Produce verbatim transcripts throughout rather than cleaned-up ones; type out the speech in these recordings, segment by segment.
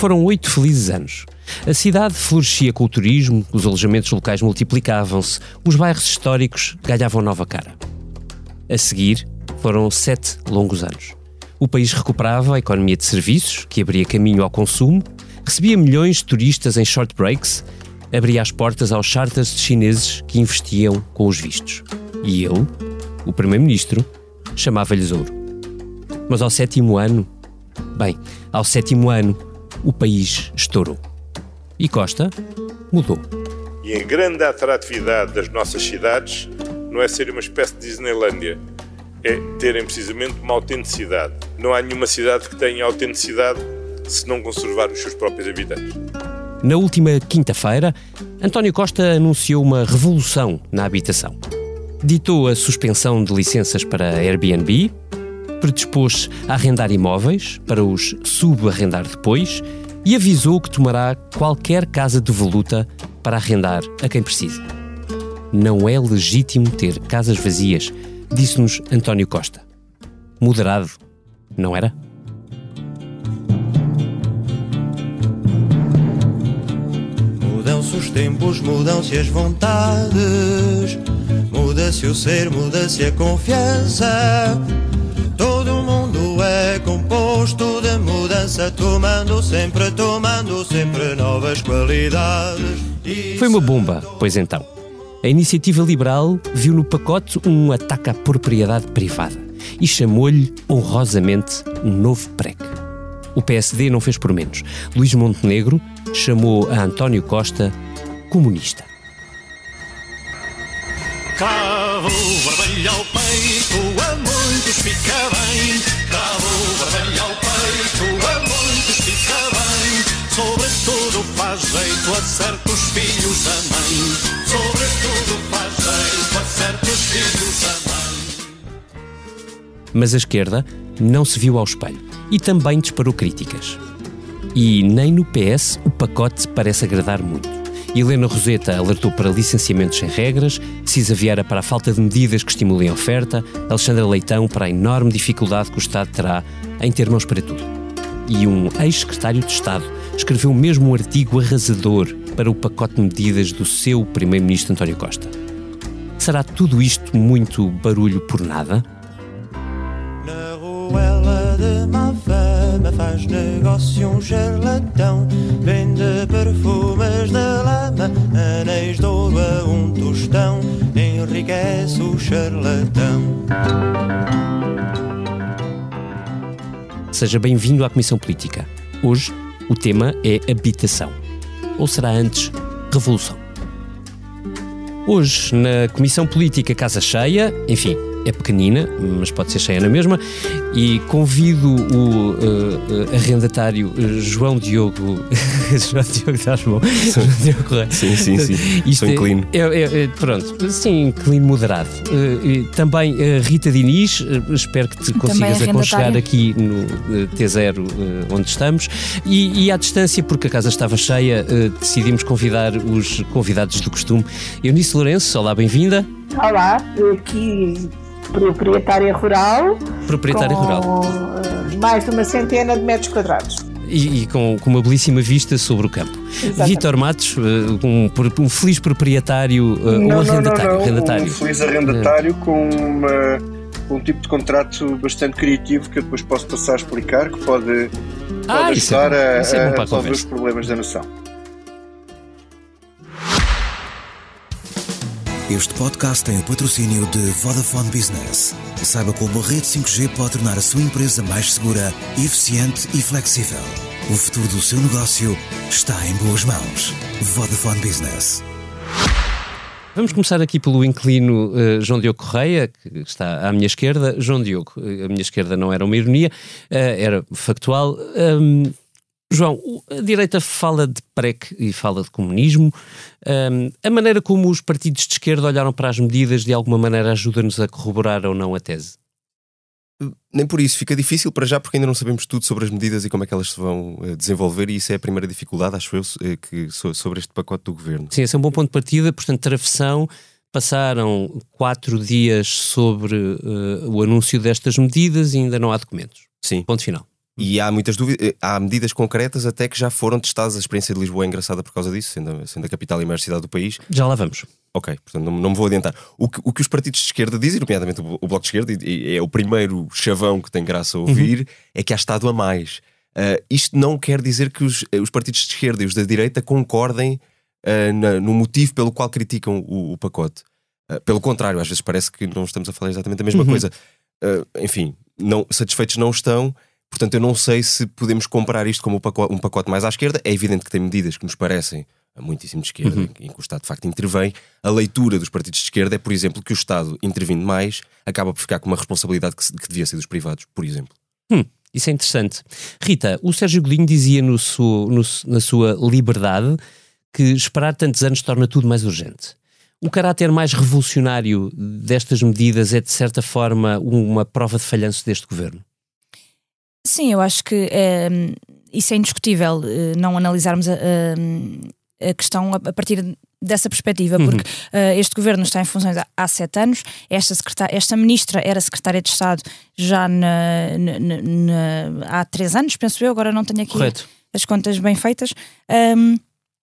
Foram oito felizes anos. A cidade florescia com o turismo, os alojamentos locais multiplicavam-se, os bairros históricos ganhavam nova cara. A seguir, foram sete longos anos. O país recuperava a economia de serviços, que abria caminho ao consumo, recebia milhões de turistas em short breaks, abria as portas aos charters de chineses que investiam com os vistos. E ele, o primeiro-ministro, chamava-lhes ouro. Mas ao sétimo ano, bem, ao sétimo ano, o país estourou. E Costa mudou. E a grande atratividade das nossas cidades não é ser uma espécie de Disneylândia, é terem precisamente uma autenticidade. Não há nenhuma cidade que tenha autenticidade se não conservar os seus próprios habitantes. Na última quinta-feira, António Costa anunciou uma revolução na habitação. Ditou a suspensão de licenças para Airbnb, predispôs a arrendar imóveis para os subarrendar depois e avisou que tomará qualquer casa de voluta para arrendar a quem precisa. Não é legítimo ter casas vazias, disse-nos António Costa. Moderado, não era? Mudam-se os tempos, mudam-se as vontades, muda-se o ser, muda-se a confiança. Todo mundo é composto de mudança, tomando sempre, tomando sempre novas qualidades. Foi uma bomba, pois então. A Iniciativa Liberal viu no pacote um ataque à propriedade privada e chamou-lhe honrosamente um novo P R E C. O P S D não fez por menos. Luís Montenegro chamou a António Costa comunista. Cravo vermelho ao peito, a muitos fica bem. Cravo vermelho ao peito, a muitos fica bem. Sobretudo faz jeito a certos filhos da mãe. Sobretudo faz jeito a certos filhos da mãe. Mas a esquerda não se viu ao espelho e também disparou críticas. E nem no P S o pacote parece agradar muito. Helena Roseta alertou para licenciamentos sem regras, Cisa Vieira para a falta de medidas que estimulem a oferta, Alexandra Leitão para a enorme dificuldade que o Estado terá em ter mãos para tudo. E um ex-secretário de Estado escreveu mesmo um artigo arrasador para o pacote de medidas do seu primeiro-ministro António Costa. Será tudo isto muito barulho por nada? Na ruela de má fama faz negócio um charlatão, vende perfumes de lama, anéis de ouro a um tostão, enriquece o charlatão. Seja bem-vindo à Comissão Política. Hoje o tema é habitação. Ou será antes revolução? Hoje, na Comissão Política Casa Cheia, enfim, é pequenina, mas pode ser cheia na mesma, e convido o uh, uh, arrendatário uh, João Diogo João Diogo das mãos João Diogo Correia. Sim, sim, sim, isto sou inclino é, é, é, pronto, sim, inclino moderado. uh, e também uh, Rita Diniz, uh, espero que te consigas aconchegar aqui no uh, T zero, uh, onde estamos, e, e à distância, porque a casa estava cheia, uh, decidimos convidar os convidados do costume. Eunice Lourenço, olá, bem-vinda. Olá, aqui proprietária rural. Proprietária com, rural. Uh, mais de uma centena de metros quadrados. E, e com, com uma belíssima vista sobre o campo. Vítor Matos, uh, um, um feliz proprietário, uh, não, um arrendatário. Não, não, não. arrendatário. Um feliz arrendatário uh. com uma, um tipo de contrato bastante criativo que eu depois posso passar a explicar, que pode, ah, pode ajudar é, a, é a resolver os problemas da nação. Este podcast tem o patrocínio de Vodafone Business. Saiba como a rede cinco G pode tornar a sua empresa mais segura, eficiente e flexível. O futuro do seu negócio está em boas mãos. Vodafone Business. Vamos começar aqui pelo inclino uh, João Diogo Correia, que está à minha esquerda. João Diogo, a minha esquerda não era uma ironia, uh, era factual. Um, João, a direita fala de P R E C e fala de comunismo. Um, a maneira como os partidos de esquerda olharam para as medidas de alguma maneira ajuda-nos a corroborar ou não a tese? Nem por isso, fica difícil para já porque ainda não sabemos tudo sobre as medidas e como é que elas se vão desenvolver, e isso é a primeira dificuldade, acho eu, que, sobre este pacote do Governo. Sim, esse é um bom ponto de partida, portanto, travessão. Passaram quatro dias sobre uh, o anúncio destas medidas e ainda não há documentos. Sim. Ponto final. E há muitas dúvidas, há medidas concretas até que já foram testadas. A experiência de Lisboa é engraçada por causa disso, sendo, sendo a capital e a maior cidade do país. Já lá vamos. Ok, portanto não, não me vou adiantar. O que, o que os partidos de esquerda dizem, nomeadamente o, o Bloco de Esquerda, e, e é o primeiro chavão que tem graça a ouvir, uhum. é que há Estado a mais. Uh, isto não quer dizer que os, os partidos de esquerda e os da direita concordem uh, na, no motivo pelo qual criticam o, o pacote. Uh, pelo contrário, às vezes parece que não estamos a falar exatamente a mesma uhum. coisa. Uh, enfim, não, satisfeitos não estão. Portanto, eu não sei se podemos comparar isto como um pacote, um pacote mais à esquerda. É evidente que tem medidas que nos parecem muitíssimo de esquerda, uhum. em que o Estado de facto intervém. A leitura dos partidos de esquerda é, por exemplo, que o Estado, intervindo mais, acaba por ficar com uma responsabilidade que, que devia ser dos privados, por exemplo. Hum, isso é interessante. Rita, o Sérgio Godinho dizia no su, no, na sua Liberdade que esperar tantos anos torna tudo mais urgente. O caráter mais revolucionário destas medidas é, de certa forma, uma prova de falhanço deste governo? Sim, eu acho que é, isso é indiscutível, não analisarmos a, a, a questão a partir dessa perspectiva, porque uhum. uh, este governo está em funções há, há sete anos, esta, esta ministra era secretária de Estado já na, na, na, há três anos, penso eu, agora não tenho aqui Correto. as contas bem feitas. Um,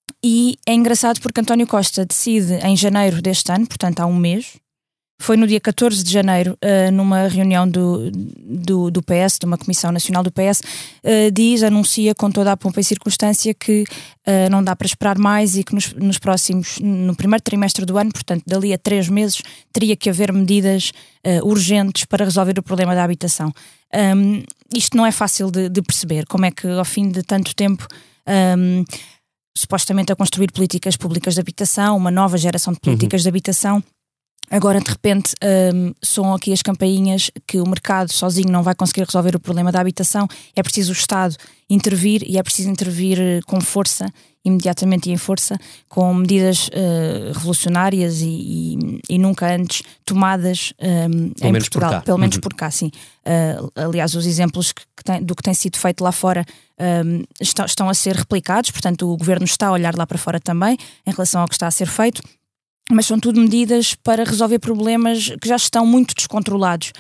e é engraçado porque António Costa decide em janeiro deste ano, portanto há um mês, foi no dia catorze de janeiro, uh, numa reunião do, do, do P S, de uma Comissão Nacional do P S, uh, diz, anuncia com toda a pompa e circunstância que uh, não dá para esperar mais e que nos, nos próximos, no primeiro trimestre do ano, portanto dali a três meses, teria que haver medidas uh, urgentes para resolver o problema da habitação. Um, isto não é fácil de, de perceber, como é que ao fim de tanto tempo... Um, supostamente a construir políticas públicas de habitação, uma nova geração de políticas uhum. de habitação. Agora, de repente, um, soam aqui as campainhas que o mercado sozinho não vai conseguir resolver o problema da habitação. É preciso o Estado intervir e é preciso intervir com força, imediatamente e em força, com medidas uh, revolucionárias e, e, e nunca antes tomadas um, em Portugal. Por pelo menos uhum. por cá, sim. Uh, aliás, os exemplos que, que tem, do que tem sido feito lá fora um, estão, estão a ser replicados, portanto o Governo está a olhar lá para fora também em relação ao que está a ser feito. Mas são tudo medidas para resolver problemas que já estão muito descontrolados.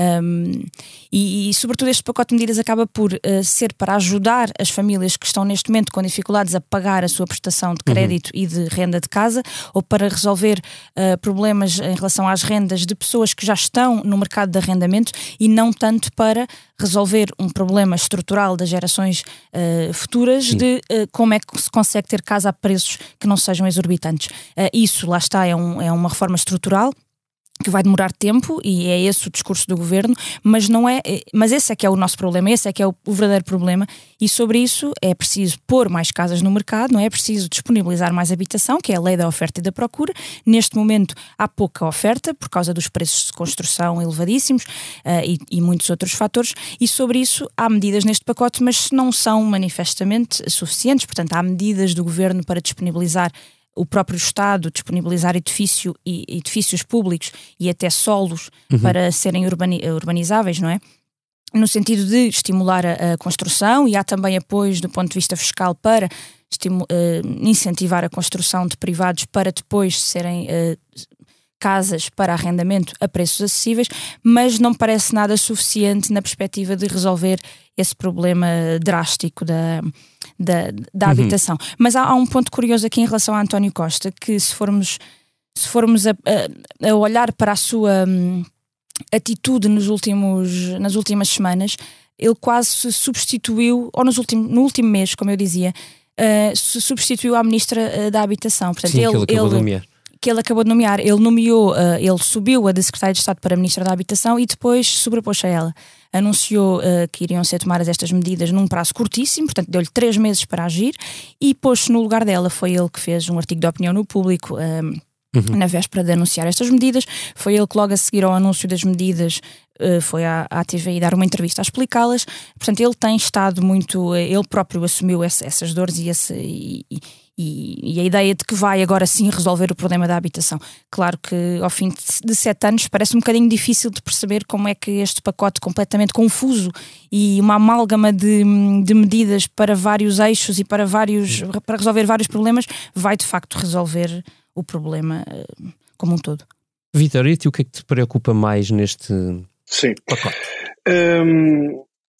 Um, e, e, sobretudo, este pacote de medidas acaba por uh, ser para ajudar as famílias que estão neste momento com dificuldades a pagar a sua prestação de crédito uhum. e de renda de casa, ou para resolver uh, problemas em relação às rendas de pessoas que já estão no mercado de arrendamento e não tanto para resolver um problema estrutural das gerações uh, futuras Sim. de uh, como é que se consegue ter casa a preços que não sejam exorbitantes. Uh, isso, lá está, é, um, é uma reforma estrutural que vai demorar tempo e é esse o discurso do governo, mas não é, mas esse é que é o nosso problema, esse é que é o, o verdadeiro problema, e sobre isso é preciso pôr mais casas no mercado, não é? É preciso disponibilizar mais habitação, que é a lei da oferta e da procura. Neste momento há pouca oferta por causa dos preços de construção elevadíssimos uh, e, e muitos outros fatores, e sobre isso há medidas neste pacote, mas não são manifestamente suficientes. Portanto, há medidas do governo para disponibilizar o próprio Estado, disponibilizar edifício e, edifícios públicos e até solos uhum. para serem urbani, urbanizáveis, não é? No sentido de estimular a, a construção, e há também apoios do ponto de vista fiscal para estimu, uh, incentivar a construção de privados para depois serem uh, casas para arrendamento a preços acessíveis, mas não parece nada suficiente na perspectiva de resolver esse problema drástico da, da, da uhum. habitação. Mas há, há um ponto curioso aqui em relação a António Costa, que se formos, se formos a, a, a olhar para a sua um, atitude nos últimos, nas últimas semanas, ele quase se substituiu, ou nos últimos, no último mês, como eu dizia, uh, se substituiu à Ministra uh, da Habitação. Portanto, Sim, ele, que ele acabou ele, de nomear. que ele acabou de nomear, ele nomeou, uh, ele subiu a de Secretária de Estado para a Ministra da Habitação e depois sobrepôs a ela. Anunciou uh, que iriam ser tomadas estas medidas num prazo curtíssimo, portanto deu-lhe três meses para agir, e pôs-se no lugar dela. Foi ele que fez um artigo de opinião no Público um, uhum. na véspera de anunciar estas medidas. Foi ele que logo a seguir ao anúncio das medidas uh, foi à, à T V I dar uma entrevista a explicá-las. Portanto, ele tem estado muito, ele próprio assumiu esse, essas dores e esse... E, e, E, e a ideia de que vai agora sim resolver o problema da habitação. Claro que ao fim de, de sete anos parece um bocadinho difícil de perceber como é que este pacote completamente confuso e uma amálgama de, de medidas para vários eixos e para, vários, para resolver vários problemas vai de facto resolver o problema uh, como um todo. Vítor, e o que é que te preocupa mais neste sim. pacote? Um...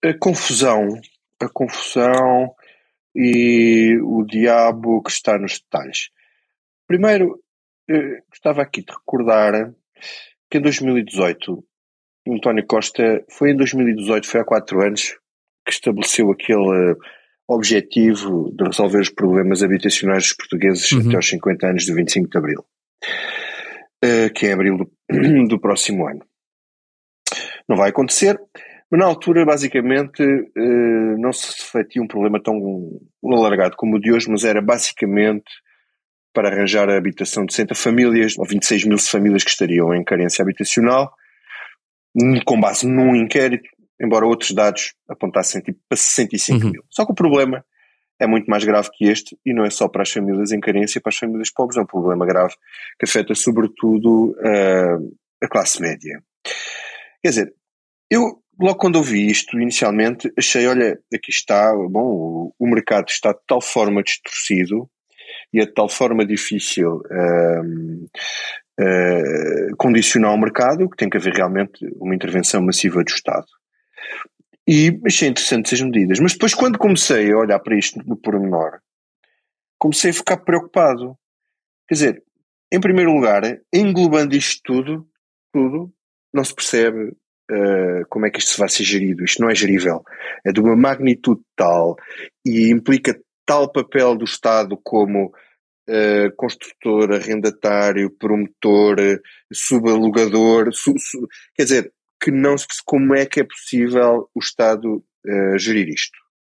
a confusão, a confusão e o diabo que está nos detalhes. Primeiro, eh, gostava aqui de recordar que em dois mil e dezoito, António Costa, foi em dois mil e dezoito, foi há quatro anos, que estabeleceu aquele objetivo de resolver os problemas habitacionais dos portugueses uhum. até aos cinquenta anos de vinte e cinco de Abril, uh, que é abril do, do próximo ano. Não vai acontecer, mas na altura, basicamente, uh, não se refletia um problema tão alargado como o de hoje, mas era basicamente para arranjar a habitação de sessenta famílias, ou vinte e seis mil famílias que estariam em carência habitacional, com base num inquérito, embora outros dados apontassem tipo para sessenta e cinco mil. Só que o problema é muito mais grave que este, e não é só para as famílias em carência, para as famílias pobres, é um problema grave que afeta sobretudo uh, a classe média. Quer dizer, eu logo quando ouvi isto inicialmente achei, olha, aqui está, bom, o, o mercado está de tal forma distorcido e é de tal forma difícil uh, uh, condicionar o mercado que tem que haver realmente uma intervenção massiva do Estado. E achei interessante essas medidas. Mas depois, quando comecei a olhar para isto no pormenor, comecei a ficar preocupado. Quer dizer, em primeiro lugar, englobando isto tudo, tudo não se percebe uh, como é que isto vai ser gerido. Isto não é gerível. É de uma magnitude tal e implica tal papel do Estado como uh, construtor, arrendatário, promotor, subalugador, su, su, quer dizer, que não se percebe como é que é possível o Estado uh, gerir isto.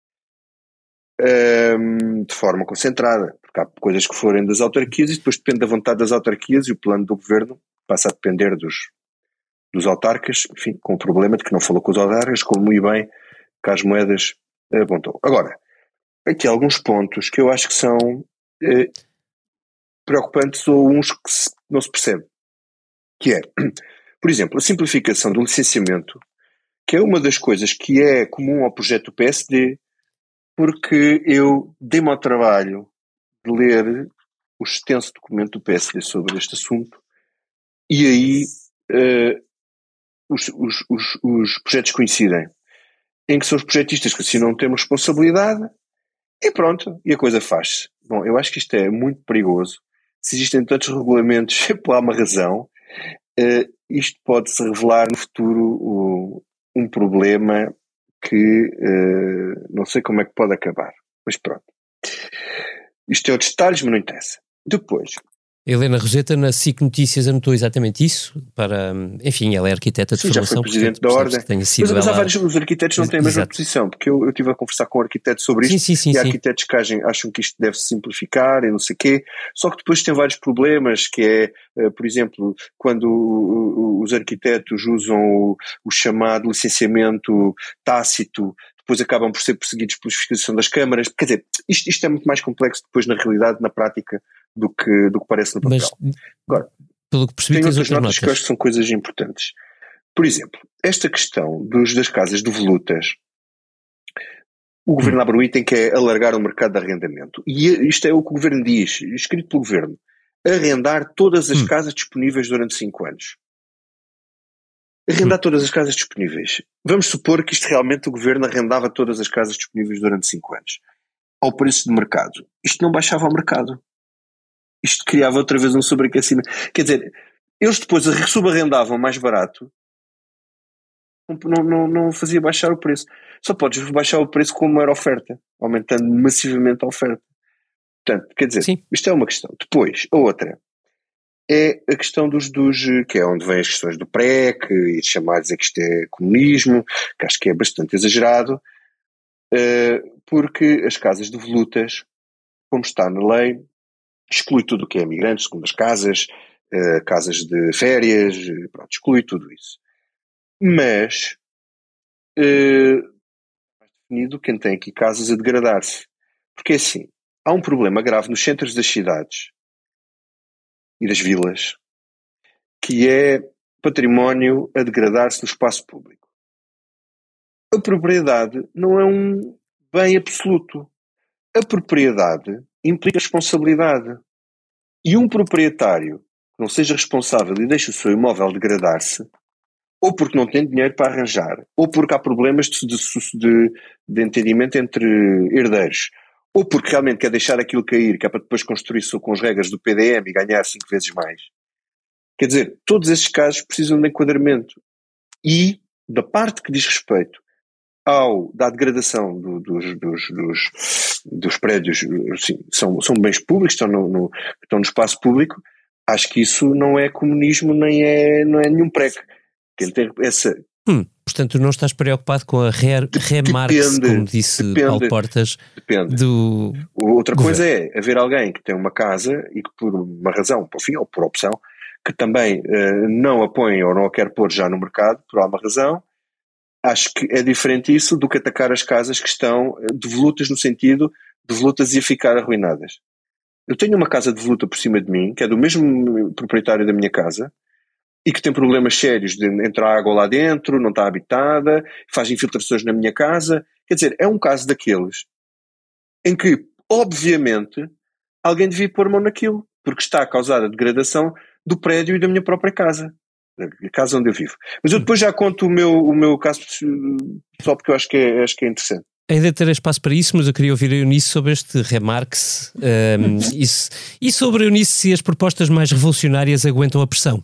Um, de forma concentrada, porque há coisas que forem das autarquias e depois depende da vontade das autarquias e o plano do governo passa a depender dos, dos autarcas, enfim, com o problema de que não falou com os autarcas, como muito bem que as moedas apontou. Agora, aqui há alguns pontos que eu acho que são eh, preocupantes ou uns que se, não se percebe, que é, por exemplo, a simplificação do licenciamento, que é uma das coisas que é comum ao projeto do P S D, porque eu dei-me ao trabalho de ler o extenso documento do P S D sobre este assunto e aí uh, os, os, os, os projetos coincidem, em que são os projetistas que assim não têm responsabilidade e pronto, e a coisa faz-se. Bom, eu acho que isto é muito perigoso. Se existem tantos regulamentos, por uma razão, uh, isto pode-se revelar no futuro o, um problema que uh, não sei como é que pode acabar. Mas pronto. Isto é outros detalhes, mas não interessa. Depois... Helena Roseta, na S I C Notícias, anotou exatamente isso, para, enfim, ela é arquiteta de Sim, formação. Já foi presidente da Ordem. Sido mas, mas há ela... vários, os arquitetos não têm a mesma Exato. posição, porque eu, eu estive a conversar com arquitetos sobre isto, sim, sim, sim, e sim. arquitetos que agem, acham que isto deve se simplificar e não sei o quê, só que depois tem vários problemas, que é, uh, por exemplo, quando uh, os arquitetos usam o, o chamado licenciamento tácito, depois acabam por ser perseguidos pela fiscalização das câmaras. Quer dizer, isto, isto é muito mais complexo depois na realidade, na prática, do que, do que parece no papel. Mas, agora, pelo que percebi, tem outras outras notas, notas que eu acho que são coisas importantes. Por exemplo, esta questão dos, das casas de volutas, o governo hum. abre um item que é alargar o mercado de arrendamento. E isto é o que o governo diz, escrito pelo governo, arrendar todas as hum. casas disponíveis durante cinco anos. Arrendar hum. todas as casas disponíveis. Vamos supor que isto realmente o governo arrendava todas as casas disponíveis durante cinco anos. Ao preço de mercado. Isto não baixava o mercado. Isto criava outra vez um sobreaquecimento. Quer dizer, eles depois subarrendavam mais barato, não, não, não fazia baixar o preço. Só podes baixar o preço com uma maior oferta, aumentando massivamente a oferta. Portanto, quer dizer, Sim. isto é uma questão. Depois, a outra é a questão dos, dos que é onde vêm as questões do P R E C e de chamar a dizer que isto é comunismo, que acho que é bastante exagerado, porque as casas de volutas, como está na lei, exclui tudo o que é imigrantes, segundas casas, uh, casas de férias, pronto, exclui tudo isso. Mas uh, é definido quem tem aqui casas a degradar-se. Porque assim, há um problema grave nos centros das cidades e das vilas, que é património a degradar-se no espaço público. A propriedade não é um bem absoluto. A propriedade implica responsabilidade. E um proprietário que não seja responsável e deixe o seu imóvel degradar-se, ou porque não tem dinheiro para arranjar, ou porque há problemas de, de, de, de entendimento entre herdeiros, ou porque realmente quer deixar aquilo cair, que é para depois construir com as regras do P D M e ganhar cinco vezes mais. Quer dizer, todos esses casos precisam de enquadramento. E, da parte que diz respeito ao, da degradação do, dos, dos, dos, dos prédios, assim, são, são bens públicos, estão no, no, estão no espaço público, acho que isso não é comunismo, nem é, não é nenhum prego. Quem tem essa... Hum, portanto, não estás preocupado com a remarques, como disse depende, Paulo Portas, depende. do Outra coisa governo. é haver alguém que tem uma casa e que por uma razão, por fim, ou por opção, que também uh, não a põe ou não a quer pôr já no mercado, por alguma razão. Acho que é diferente isso do que atacar as casas que estão devolutas, no sentido devolutas e a ficar arruinadas. Eu tenho uma casa devoluta por cima de mim, que é do mesmo proprietário da minha casa, e que tem problemas sérios de entrar água lá dentro, não está habitada, faz infiltrações na minha casa. Quer dizer, é um caso daqueles em que, obviamente, alguém devia pôr mão naquilo, porque está a causar a degradação do prédio e da minha própria casa, a casa onde eu vivo. Mas eu depois já conto o meu, o meu caso só porque eu acho que é, acho que é interessante. Ainda ter espaço para isso, mas eu queria ouvir a Eunice sobre este remarques um, isso, e sobre a Eunice se as propostas mais revolucionárias aguentam a pressão.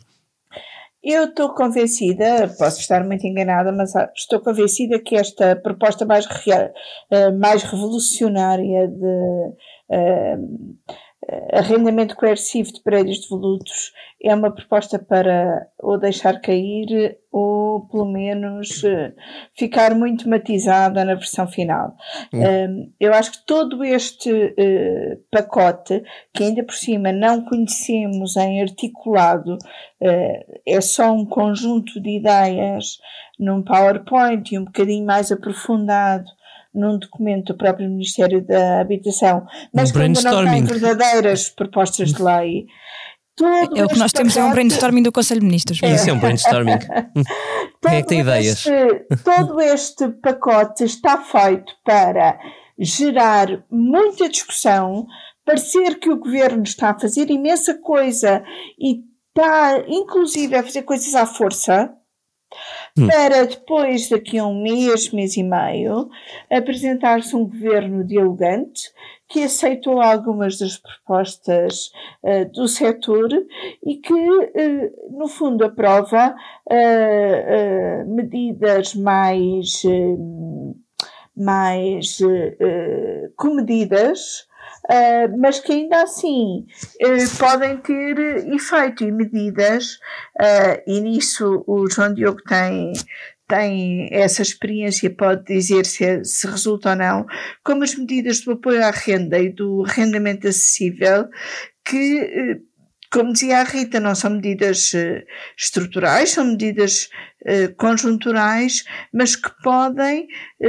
Eu estou convencida, posso estar muito enganada, mas estou convencida que esta proposta mais, real, mais revolucionária de uh, arrendamento coercivo de prédios devolutos é uma proposta para ou deixar cair ou pelo menos uh, ficar muito matizada na versão final. Hum. Um, eu acho que todo este uh, pacote, que ainda por cima não conhecemos em articulado, uh, é só um conjunto de ideias num PowerPoint e um bocadinho mais aprofundado num documento do próprio Ministério da Habitação, mas um que ainda não tem verdadeiras propostas de lei. Todo é o que nós temos, pacote... é um brainstorming do Conselho de Ministros. É. Isso é um brainstorming. Quem é que tem ideias? Este, todo este pacote está feito para gerar muita discussão, parecer que o Governo está a fazer imensa coisa e está, inclusive, a fazer coisas à força, hum. para depois, daqui a um mês, mês e meio, apresentar-se um Governo dialogante que aceitou algumas das propostas uh, do setor e que, uh, no fundo, aprova uh, uh, medidas mais, uh, mais uh, comedidas, uh, mas que ainda assim uh, podem ter efeito e medidas, uh, e nisso o João Diogo tem... tem essa experiência, pode dizer se, se resulta ou não, como as medidas do apoio à renda e do arrendamento acessível, que, como dizia a Rita, não são medidas estruturais, são medidas conjunturais, mas que podem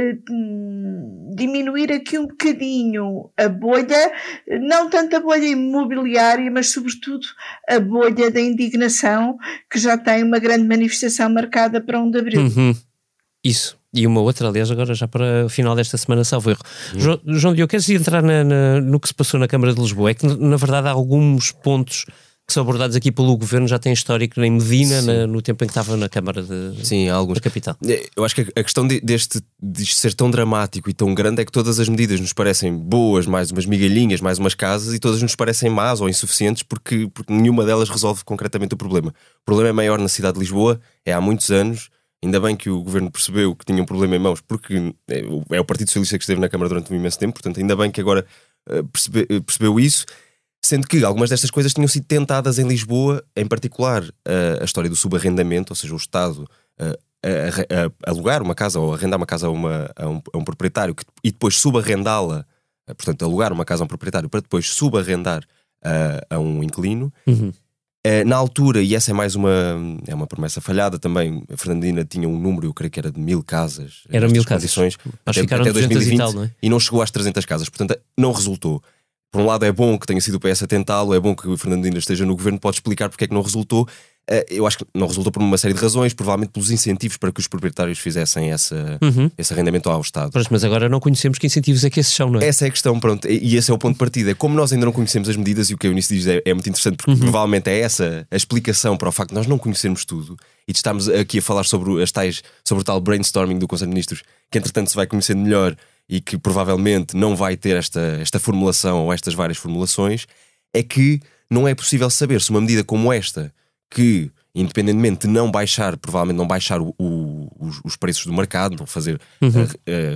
diminuir aqui um bocadinho a bolha, não tanto a bolha imobiliária, mas sobretudo a bolha da indignação, que já tem uma grande manifestação marcada para um de abril. Uhum. Isso. E uma outra, aliás, agora já para o final desta semana, salvo erro. Uhum. João, João Diogo, queres entrar na, na, no que se passou na Câmara de Lisboa? É que, na verdade, há alguns pontos que são abordados aqui pelo Governo, já tem histórico em Medina, na, no tempo em que estava na Câmara de, Sim, há alguns. da capital. Eu acho que a questão de, deste de ser tão dramático e tão grande é que todas as medidas nos parecem boas, mais umas migalhinhas, mais umas casas, e todas nos parecem más ou insuficientes porque, porque nenhuma delas resolve concretamente o problema. O problema é maior na cidade de Lisboa, é há muitos anos. Ainda bem que o Governo percebeu que tinha um problema em mãos, porque é o Partido Socialista que esteve na Câmara durante um imenso tempo, portanto ainda bem que agora percebe, percebeu isso. Sendo que algumas destas coisas tinham sido tentadas em Lisboa, em particular a, a história do subarrendamento, ou seja, o Estado a, a, a alugar uma casa ou arrendar uma casa a, uma, a, um, a um proprietário que, e depois subarrendá-la, portanto alugar uma casa a um proprietário para depois subarrendar a, a um inquilino. Uhum. Na altura, e essa é mais uma, é uma promessa falhada também, a Fernandina tinha um número, eu creio que era de mil casas. Era mil casas. Até, até dois mil e vinte, e tal, não é? E não chegou às trezentas casas, portanto não resultou. Por um lado é bom que tenha sido o P S a tentá-lo, é bom que o Fernandina esteja no Governo, pode explicar porque é que não resultou. Eu acho que não resultou por uma série de razões, provavelmente pelos incentivos para que os proprietários fizessem essa, uhum. esse arrendamento ao Estado. Pois, mas agora não conhecemos que incentivos é que esses são, não é? Essa é a questão, pronto, e esse é o ponto de partida. Como nós ainda não conhecemos as medidas, e o que a Eunice diz é, é muito interessante, porque uhum. provavelmente é essa a explicação para o facto de nós não conhecermos tudo e de estarmos aqui a falar sobre as tais, sobre o tal brainstorming do Conselho de Ministros, que entretanto se vai conhecendo melhor e que provavelmente não vai ter esta, esta formulação ou estas várias formulações, é que não é possível saber se uma medida como esta, que independentemente de não baixar, provavelmente não baixar o, o, os, os preços do mercado, não fazer uhum. uh,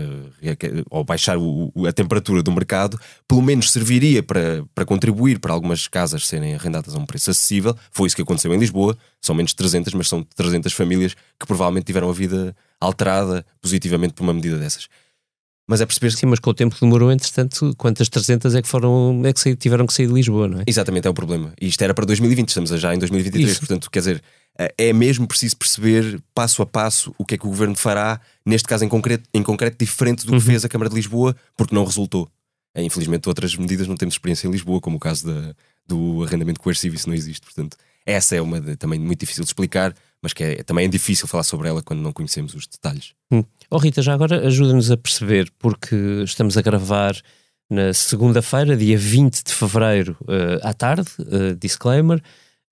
uh, ou baixar o, a temperatura do mercado, pelo menos serviria para, para contribuir para algumas casas serem arrendadas a um preço acessível. Foi isso que aconteceu em Lisboa. São menos de trezentas, mas são trezentas famílias que provavelmente tiveram a vida alterada positivamente por uma medida dessas. Mas é perceber... Sim, mas com o tempo que demorou, entretanto, quantas trezentas é que, foram, é que saí, tiveram que sair de Lisboa, não é? Exatamente, é o problema. E isto era para dois mil e vinte, estamos já em dois mil e vinte e três, Isso. Portanto, quer dizer, é mesmo preciso perceber passo a passo o que é que o Governo fará, neste caso em concreto, em concreto diferente do que uhum. fez a Câmara de Lisboa, porque não resultou. É, infelizmente, outras medidas não temos experiência em Lisboa, como o caso da, do arrendamento coercivo, isso não existe. Portanto, essa é uma de, também muito difícil de explicar, mas que é, também é difícil falar sobre ela quando não conhecemos os detalhes. Hum. Oh Rita, já agora ajuda-nos a perceber, porque estamos a gravar na segunda-feira, dia vinte de fevereiro, uh, à tarde, uh, disclaimer,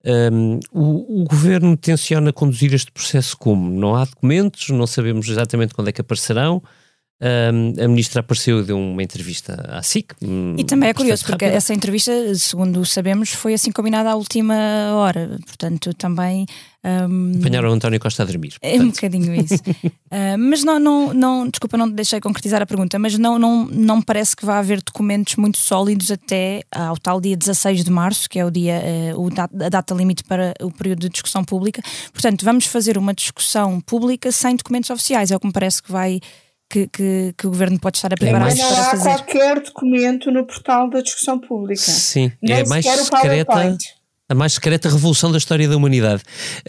um, o, o Governo tenciona conduzir este processo como? Não há documentos, não sabemos exatamente quando é que aparecerão. Um, a Ministra apareceu e deu uma entrevista à S I C. E também é curioso, porque rápido. Essa entrevista, segundo sabemos, foi assim combinada à última hora. Portanto, também... Um, apanharam o António Costa a dormir. É portanto. Um bocadinho isso. uh, mas não, não, não, desculpa, não deixei concretizar a pergunta, mas não, não, não me parece que vá haver documentos muito sólidos até ao tal dia dezasseis de março, que é o dia, uh, o dat, a data limite para o período de discussão pública. Portanto, vamos fazer uma discussão pública sem documentos oficiais, é o que me parece que vai... Que, que, que o Governo pode estar a preparar-se para fazer. Não há qualquer documento no portal da discussão pública. Sim, nem é a mais secreta, a mais secreta revolução da história da humanidade.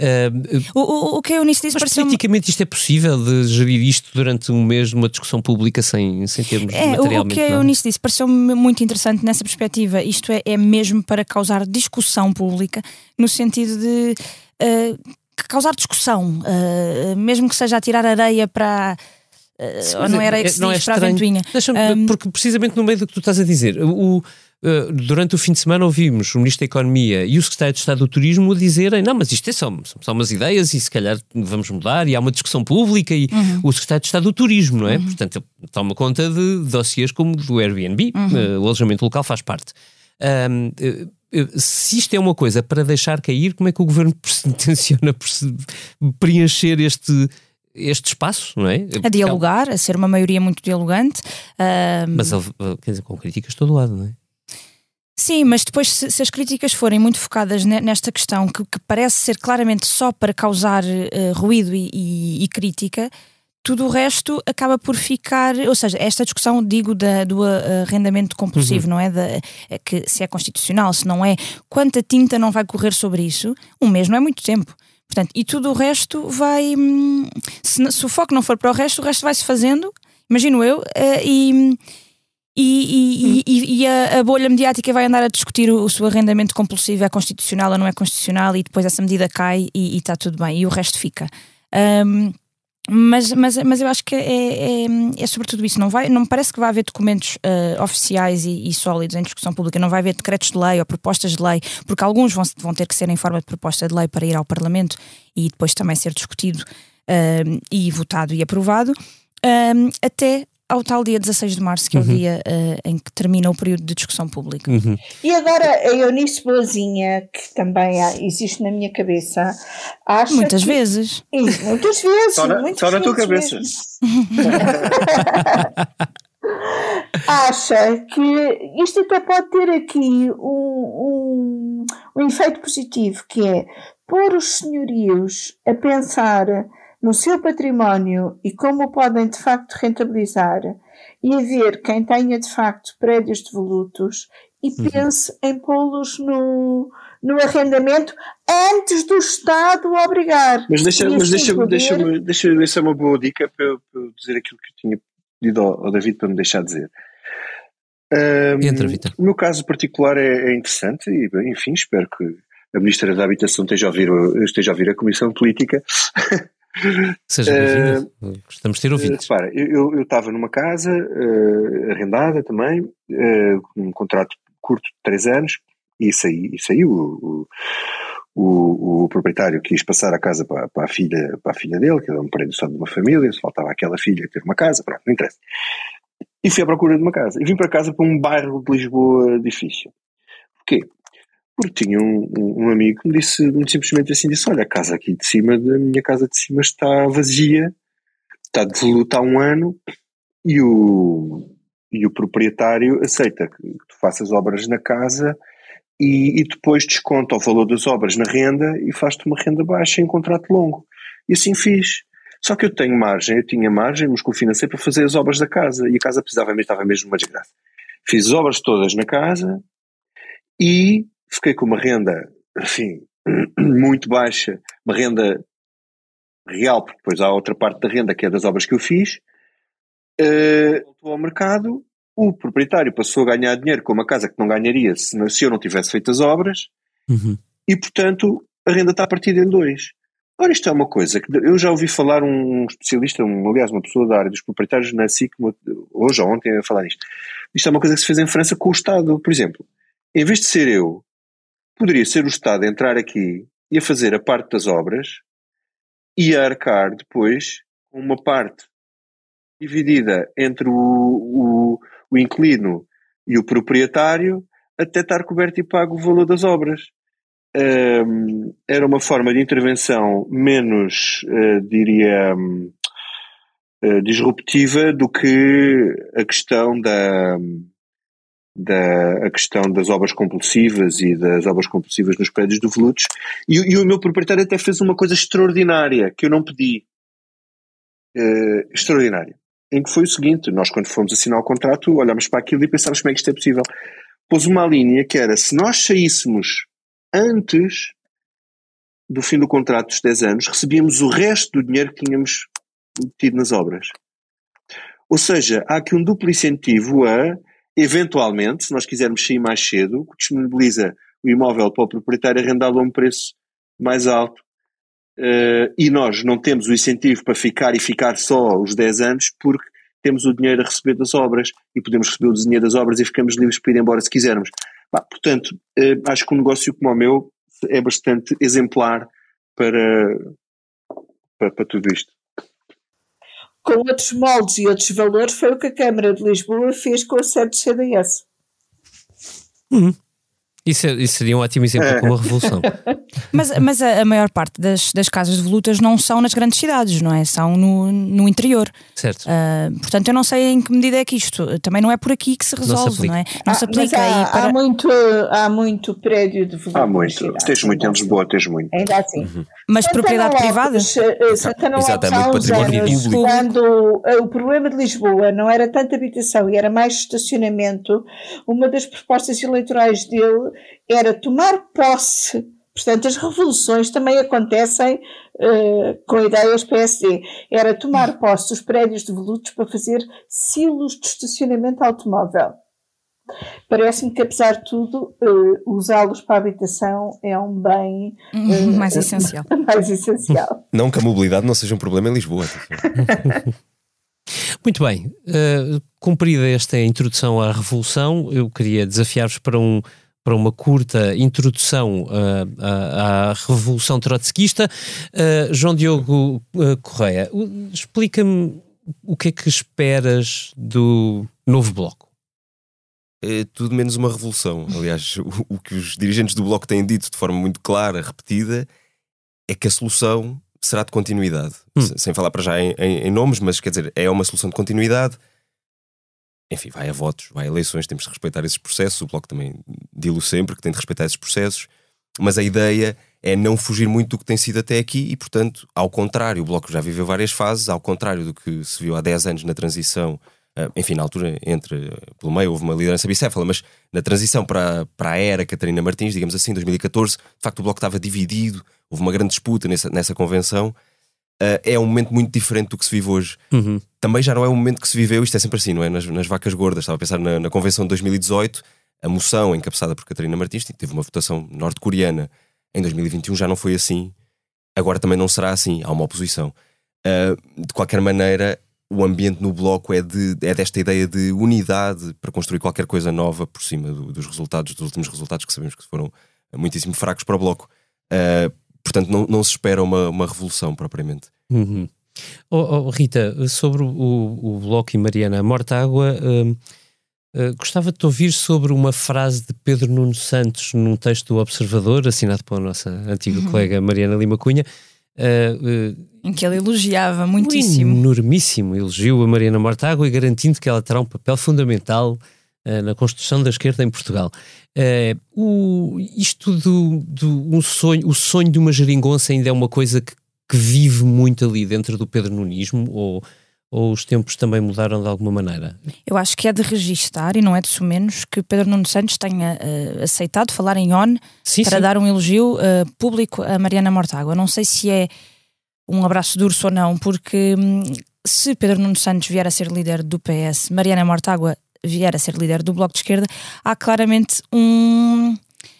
Uh, o, o, o que eu nisso disse... Mas politicamente isto é possível de gerir isto durante um mês numa discussão pública sem, sem termos é, materialmente... O que eu nisso disse pareceu-me muito interessante nessa perspectiva. Isto é, é mesmo para causar discussão pública, no sentido de uh, causar discussão, uh, mesmo que seja a tirar areia para... Uh, ou não era que se não diz é para a ventoinha. Um, porque precisamente no meio do que tu estás a dizer, o, uh, durante o fim de semana ouvimos o Ministro da Economia e o Secretário de Estado do Turismo a dizerem, não, mas isto é só, são só umas ideias e se calhar vamos mudar e há uma discussão pública e uhum. o Secretário de Estado do Turismo, não é? Uhum. Portanto, ele toma conta de dossiês como do Airbnb, uhum. uh, o alojamento local faz parte. Um, uh, se isto é uma coisa para deixar cair, como é que o Governo tenciona preencher este... este espaço, não é? A dialogar, a ser uma maioria muito dialogante. Uh... Mas quer dizer, com críticas de todo lado, não é? Sim, mas depois se, se as críticas forem muito focadas nesta questão que, que parece ser claramente só para causar uh, ruído e, e, e crítica, tudo o resto acaba por ficar, ou seja, esta discussão, digo, da, do arrendamento compulsivo, uhum. não é? Da, é que se é constitucional, se não é, quanta tinta não vai correr sobre isso? Um mês não é muito tempo. Portanto, e tudo o resto vai... Se, se o foco não for para o resto, o resto vai-se fazendo, imagino eu, e, e, e, e a, a bolha mediática vai andar a discutir o, o seu arrendamento compulsivo é constitucional ou não é constitucional e depois essa medida cai e está tudo bem, e o resto fica. Um, mas, mas, mas eu acho que é, é, é sobretudo isso. Não, vai, não me parece que vai haver documentos uh, oficiais e, e sólidos em discussão pública. Não vai haver decretos de lei ou propostas de lei, porque alguns vão, vão ter que ser em forma de proposta de lei para ir ao Parlamento e depois também ser discutido uh, e votado e aprovado, uh, até ao tal dia dezasseis de março, que é o uhum. dia uh, em que termina o período de discussão pública. Uhum. E agora a Eunice Boazinha, que também há, existe na minha cabeça, acha muitas que... vezes. E, muitas vezes. Só na, muitas só na vezes tua cabeça. Acha que isto até pode ter aqui um, um, um efeito positivo, que é pôr os senhorios a pensar no seu património e como o podem de facto rentabilizar, e a ver quem tenha de facto prédios devolutos e uhum. pense em pô-los no, no arrendamento antes do Estado obrigar. Mas deixa-me assim deixa poder... deixa deixa deixa uma boa dica para eu, para eu dizer aquilo que eu tinha pedido ao, ao David para me deixar dizer. Um, Entra, Vitor. O meu caso particular é, é interessante e, enfim, espero que a Ministra da Habitação esteja a ouvir, esteja a, ouvir a Comissão Política. Seja bem-vindo. Uh, Gostamos de ter ouvido. Uh, repara, eu estava numa casa uh, arrendada também, uh, com um contrato curto de três anos, e saí, e saiu o, o, o proprietário quis passar a casa para, para, a filha, para a filha dele, que era um prédio só de uma família, só faltava aquela filha ter uma casa, pronto, não interessa. E fui à procura de uma casa. E vim para casa para um bairro de Lisboa difícil. Porquê? Porque tinha um, um, um amigo que me disse muito simplesmente assim, disse, olha, a casa aqui de cima, da minha casa de cima está vazia, está de luta há um ano, e o, e o proprietário aceita que, que tu faças obras na casa e, e depois desconta o valor das obras na renda e faz-te uma renda baixa em contrato longo. E assim fiz. Só que eu tenho margem, eu tinha margem, músculo financeiro para fazer as obras da casa, e a casa precisava mesmo, estava mesmo uma desgraça. Fiz as obras todas na casa e fiquei com uma renda, assim, muito baixa, uma renda real, porque depois há outra parte da renda que é das obras que eu fiz. Uh, voltou ao mercado, o proprietário passou a ganhar dinheiro com uma casa que não ganharia se, se eu não tivesse feito as obras, uhum. E portanto a renda está partida em dois. Ora, isto é uma coisa que eu já ouvi falar um especialista, um, aliás uma pessoa da área dos proprietários na S I C, hoje ou ontem a falar disto. Isto é uma coisa que se fez em França com o Estado, por exemplo. Em vez de ser eu, poderia ser o Estado a entrar aqui e a fazer a parte das obras e a arcar depois com uma parte dividida entre o, o, o inquilino e o proprietário até estar coberto e pago o valor das obras. Um, era uma forma de intervenção menos, uh, diria, um, uh, disruptiva do que a questão da, da a questão das obras compulsivas e das obras compulsivas nos prédios do Veludos. E, e o meu proprietário até fez uma coisa extraordinária que eu não pedi, uh, extraordinária, em que foi o seguinte: nós, quando fomos assinar o contrato, olhámos para aquilo e pensámos como é que isto é possível. Pôs uma linha que era, se nós saíssemos antes do fim do contrato dos dez anos, recebíamos o resto do dinheiro que tínhamos tido nas obras. Ou seja, há aqui um duplo incentivo a, eventualmente, se nós quisermos sair mais cedo, que disponibiliza o imóvel para o proprietário arrendá-lo a um preço mais alto. Uh, e nós não temos o incentivo para ficar e ficar só os dez anos, porque temos o dinheiro a receber das obras e podemos receber o dinheiro das obras e ficamos livres para ir embora se quisermos. Bah, portanto, eh, acho que um negócio como o meu é bastante exemplar para, para, para tudo isto. Com outros moldes e outros valores, foi o que a Câmara de Lisboa fez com a sede do C D S. Uhum. Isso, isso seria um ótimo exemplo de uma revolução. Mas, mas a, a maior parte das, das casas de volutas não são nas grandes cidades, não é? São no, no interior. Certo. Uh, portanto, eu não sei em que medida é que isto também não é por aqui que se resolve, não, não é? Não ah, se aplica há, aí para... há, muito, há muito prédio de volutas. Há muito. Tens muito em Lisboa, tens muito. Ainda assim. Uhum. Mas Santana Lopes, propriedade privada? Santana Exato, Lopes, é muito património anos, público. quando o problema de Lisboa não era tanta habitação e era mais estacionamento, uma das propostas eleitorais dele era tomar posse. Portanto, as revoluções também acontecem uh, com ideias P S D. Era tomar posse dos prédios de volutos para fazer silos de estacionamento automóvel. Parece-me que, apesar de tudo, uh, usá-los para a habitação é um bem uh, mais essencial. mais essencial. Não que a mobilidade não seja um problema em Lisboa. Muito bem. Uh, cumprida esta introdução à revolução, eu queria desafiar-vos para um para uma curta introdução uh, à, à Revolução Trotskista. Uh, João Diogo uh, Correia, uh, explica-me o que é que esperas do novo Bloco? É tudo menos uma revolução. Aliás, o, o que os dirigentes do Bloco têm dito de forma muito clara, repetida, é que a solução será de continuidade. Hum. Sem falar para já em, em, em nomes, mas quer dizer, é uma solução de continuidade. Enfim, vai a votos, vai a eleições, temos de respeitar esses processos. O Bloco também dilo sempre que tem de respeitar esses processos, mas a ideia é não fugir muito do que tem sido até aqui e, portanto, ao contrário, o Bloco já viveu várias fases, ao contrário do que se viu há dez anos na transição, enfim, na altura, entre, pelo meio houve uma liderança bicéfala, mas na transição para, para a era Catarina Martins, digamos assim, dois mil e catorze, de facto o Bloco estava dividido, houve uma grande disputa nessa, nessa convenção. Uh, é um momento muito diferente do que se vive hoje. Uhum. Também já não é um momento que se viveu, isto é sempre assim, não é? Nas, nas vacas gordas. Estava a pensar na, na convenção de dois mil e dezoito, a moção encabeçada por Catarina Martins teve uma votação norte-coreana Em dois mil e vinte e um já não foi assim, agora também não será assim, há uma oposição. Uh, de qualquer maneira, o ambiente no Bloco é, de, é desta ideia de unidade para construir qualquer coisa nova por cima do, dos resultados, dos últimos resultados que sabemos que foram muitíssimo fracos para o Bloco. Uh, portanto, não, não se espera uma, uma revolução propriamente. Uhum. Oh, oh, Rita, sobre o, o Bloco e Mariana Mortágua, uh, uh, gostava de te ouvir sobre uma frase de Pedro Nuno Santos num texto do Observador, assinado pela nossa antiga uhum. colega Mariana Lima Cunha, uh, uh, em que ele elogiava muitíssimo. Um enormíssimo elogio a Mariana Mortágua e garantindo que ela terá um papel fundamental uh, na construção da esquerda em Portugal. Uh, o, isto do, do um sonho, o sonho de uma geringonça ainda é uma coisa que, que vive muito ali dentro do pedronunismo, ou, ou os tempos também mudaram de alguma maneira? Eu acho que é de registar, e não é de sumenos, que Pedro Nuno Santos tenha uh, aceitado falar em O N sim, para sim. dar um elogio uh, público a Mariana Mortágua. Não sei se é um abraço de urso ou não, porque hum, se Pedro Nuno Santos vier a ser líder do P S, Mariana Mortágua vier a ser líder do Bloco de Esquerda, há claramente um,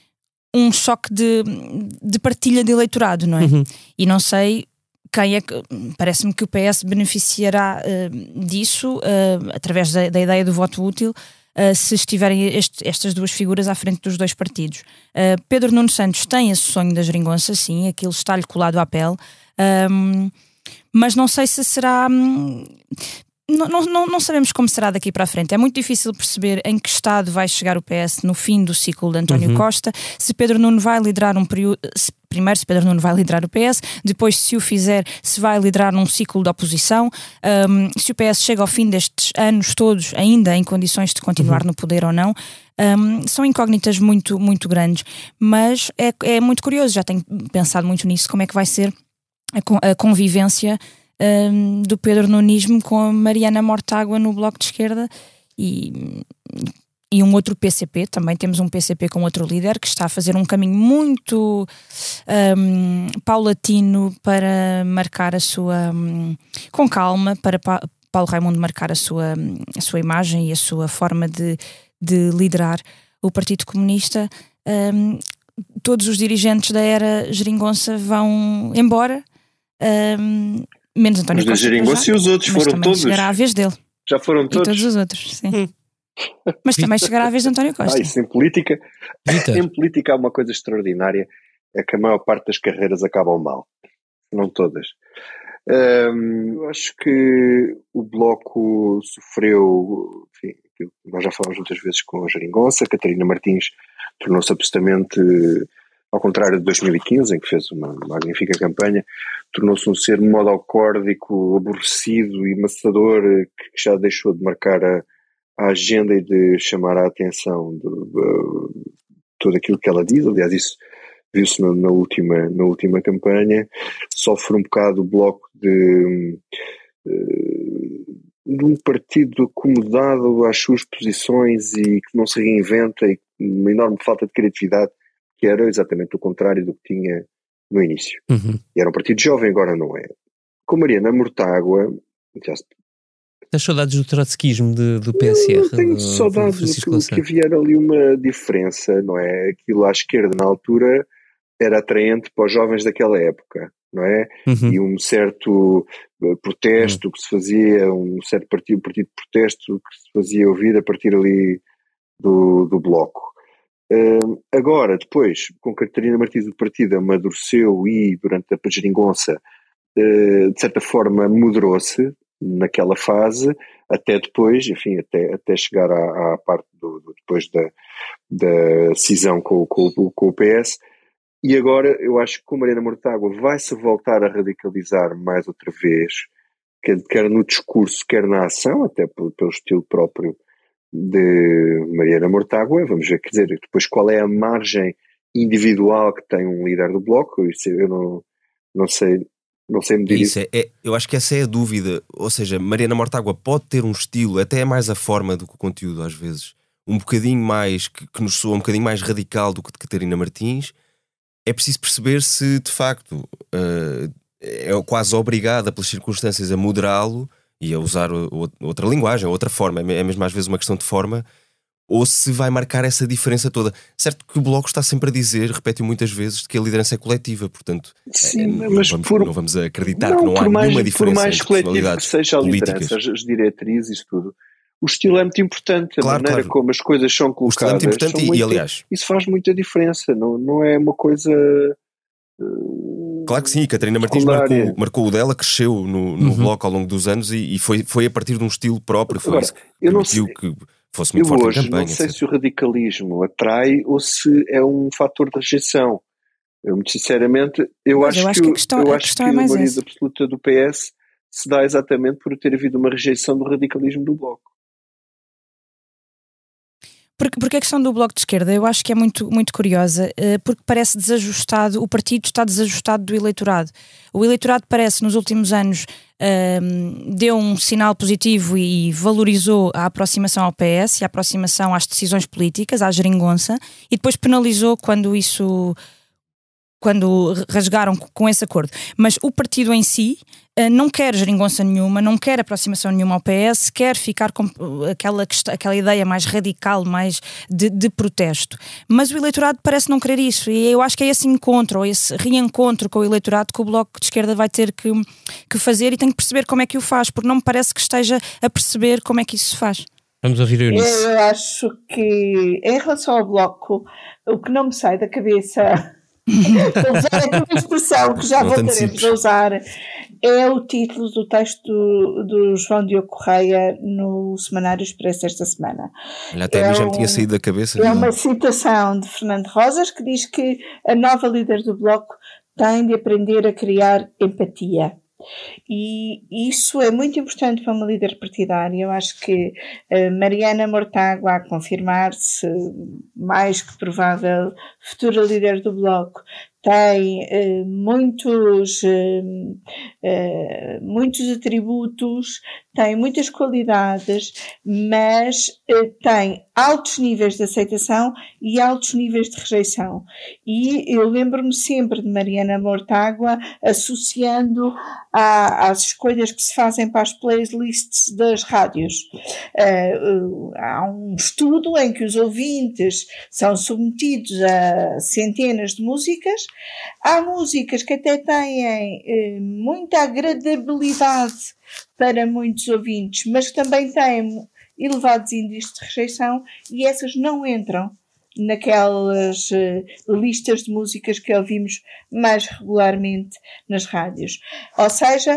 um choque de, de partilha de eleitorado, não é? Uhum. E não sei quem é que... Parece-me que o P S beneficiará uh, disso uh, através da, da ideia do voto útil, uh, se estiverem este, estas duas figuras à frente dos dois partidos. Uh, Pedro Nuno Santos tem esse sonho da geringonça, sim, aquilo está-lhe colado à pele, Um, mas não sei se será... Hum, não, não, não sabemos como será daqui para a frente. É muito difícil perceber em que estado vai chegar o P S no fim do ciclo de António uhum. Costa, se Pedro Nuno vai liderar um período... Se, primeiro, se Pedro Nuno vai liderar o P S, depois, se o fizer, se vai liderar um ciclo de oposição, um, se o P S chega ao fim destes anos todos ainda em condições de continuar uhum. no poder ou não. Um, são incógnitas muito, muito grandes, mas é, é muito curioso, já tenho pensado muito nisso, como é que vai ser a convivência um, do Pedro Nunismo com a Mariana Mortágua no Bloco de Esquerda e, e um outro P C P. Também temos um P C P com outro líder que está a fazer um caminho muito um, paulatino para marcar a sua... Um, com calma, para pa, Paulo Raimundo marcar a sua, a sua imagem e a sua forma de, de liderar o Partido Comunista. Um, todos os dirigentes da era geringonça vão embora, Um, menos António Costa. Mas da geringonça e os outros mas foram todos. Chegará a vez dele. Já foram todos. E todos os outros, sim. Hum. Mas também chegará a vez de António Costa. Ah, isso em política, em política há uma coisa extraordinária, é que a maior parte das carreiras acabam mal. Não todas. Um, eu acho que o Bloco sofreu, enfim, nós já falamos muitas vezes com a geringonça. Catarina Martins tornou-se absolutamente, ao contrário de dois mil e quinze, em que fez uma magnífica campanha, tornou-se um ser monocórdico, aborrecido e maçador, que já deixou de marcar a, a agenda e de chamar a atenção de, de, de tudo aquilo que ela diz. Aliás, isso viu-se na, na, última, na última campanha. Sofre um bocado o Bloco de, de um partido acomodado às suas posições e que não se reinventa, e uma enorme falta de criatividade, que era exatamente o contrário do que tinha no início. Uhum. E era um partido jovem, agora não é. Com Mariana Mortágua, já se... Tens saudades do trotskismo de, do P S R? Eu tenho do, saudades do que, que havia ali uma diferença, não é? Aquilo à esquerda na altura era atraente para os jovens daquela época, não é? Uhum. E um certo protesto uhum. que se fazia, um certo partido, partido de protesto que se fazia ouvir a partir ali do, do Bloco. Uh, agora, depois, com Catarina Martins, o partido amadureceu e, durante a geringonça, uh, de certa forma, moderou-se naquela fase, até depois, enfim, até, até chegar à, à parte do, do, depois da, da cisão com, com, com o P S. E agora, eu acho que com Mariana Mortágua vai-se voltar a radicalizar mais outra vez, quer, quer no discurso, quer na ação, até pelo, pelo estilo próprio de Mariana Mortágua. Vamos ver, quer dizer, depois qual é a margem individual que tem um líder do Bloco. Isso eu não, não sei, não sei medir isso. isso. É, é, eu acho que essa é a dúvida, ou seja, Mariana Mortágua pode ter um estilo, até é mais a forma do que o conteúdo às vezes, um bocadinho mais, que, que nos soa um bocadinho mais radical do que de Catarina Martins. É preciso perceber se de facto uh, é quase obrigada pelas circunstâncias a moderá-lo e a usar outra linguagem, outra forma, é mesmo às vezes uma questão de forma, ou se vai marcar essa diferença toda. Certo que o Bloco está sempre a dizer, repete muitas vezes, que a liderança é coletiva, portanto Sim, é, mas não, vamos, por, não vamos acreditar não, que não há mais, nenhuma diferença por mais entre coletivo personalidades que seja a políticas. liderança, as diretrizes, isso tudo, o estilo é muito importante, a claro, maneira claro. como as coisas são colocadas. O estilo é muito importante e, muito, e, aliás... Isso faz muita diferença, não, não é uma coisa... Uh, claro que sim, Catarina Martins marcou, marcou o dela, cresceu no, no uhum. Bloco ao longo dos anos e, e foi, foi a partir de um estilo próprio, foi Agora, isso que eu não permitiu sei, que fosse muito eu forte hoje em campanha. Não sei etcétera. Se o radicalismo atrai ou se é um fator de rejeição. Eu, muito sinceramente, eu Mas acho, eu acho que, que a questão, eu a acho questão que é mais a maioria essa. absoluta do P S se dá exatamente por ter havido uma rejeição do radicalismo do Bloco. Porque, porque a questão do Bloco de Esquerda eu acho que é muito, muito curiosa, porque parece desajustado, o partido está desajustado do eleitorado. O eleitorado parece, nos últimos anos, um, deu um sinal positivo e valorizou a aproximação ao P S e a aproximação às decisões políticas, à geringonça, e depois penalizou quando isso... quando rasgaram com esse acordo. Mas o partido em si uh, não quer geringonça nenhuma, não quer aproximação nenhuma ao P S, quer ficar com aquela, aquela ideia mais radical, mais de, de protesto. Mas o eleitorado parece não querer isso, e eu acho que é esse encontro, ou esse reencontro com o eleitorado que o Bloco de Esquerda vai ter que, que fazer, e tem que perceber como é que o faz, porque não me parece que esteja a perceber como é que isso se faz. Vamos ouvir a Eunice. Eu acho que, em relação ao Bloco, o que não me sai da cabeça... Vou usar aqui uma expressão que já voltaremos a usar, é o título do texto do, do João Diogo Correia no Semanário Expresso esta semana. Olha, até é a mim já um, me tinha saído da cabeça. É não. uma citação de Fernando Rosas que diz que a nova líder do Bloco tem de aprender a criar empatia. E isso é muito importante para uma líder partidária. Eu acho que uh, Mariana Mortágua, a confirmar-se mais que provável futura líder do Bloco, tem uh, muitos, uh, uh, muitos atributos, tem muitas qualidades, mas uh, tem altos níveis de aceitação e altos níveis de rejeição. E eu lembro-me sempre de Mariana Mortágua associando à, às escolhas que se fazem para as playlists das rádios. Uh, uh, há um estudo em que os ouvintes são submetidos a centenas de músicas. Há músicas que até têm uh, muita agradabilidade para muitos ouvintes, mas que também têm elevados índices de rejeição, e essas não entram naquelas uh, listas de músicas que ouvimos mais regularmente nas rádios. Ou seja,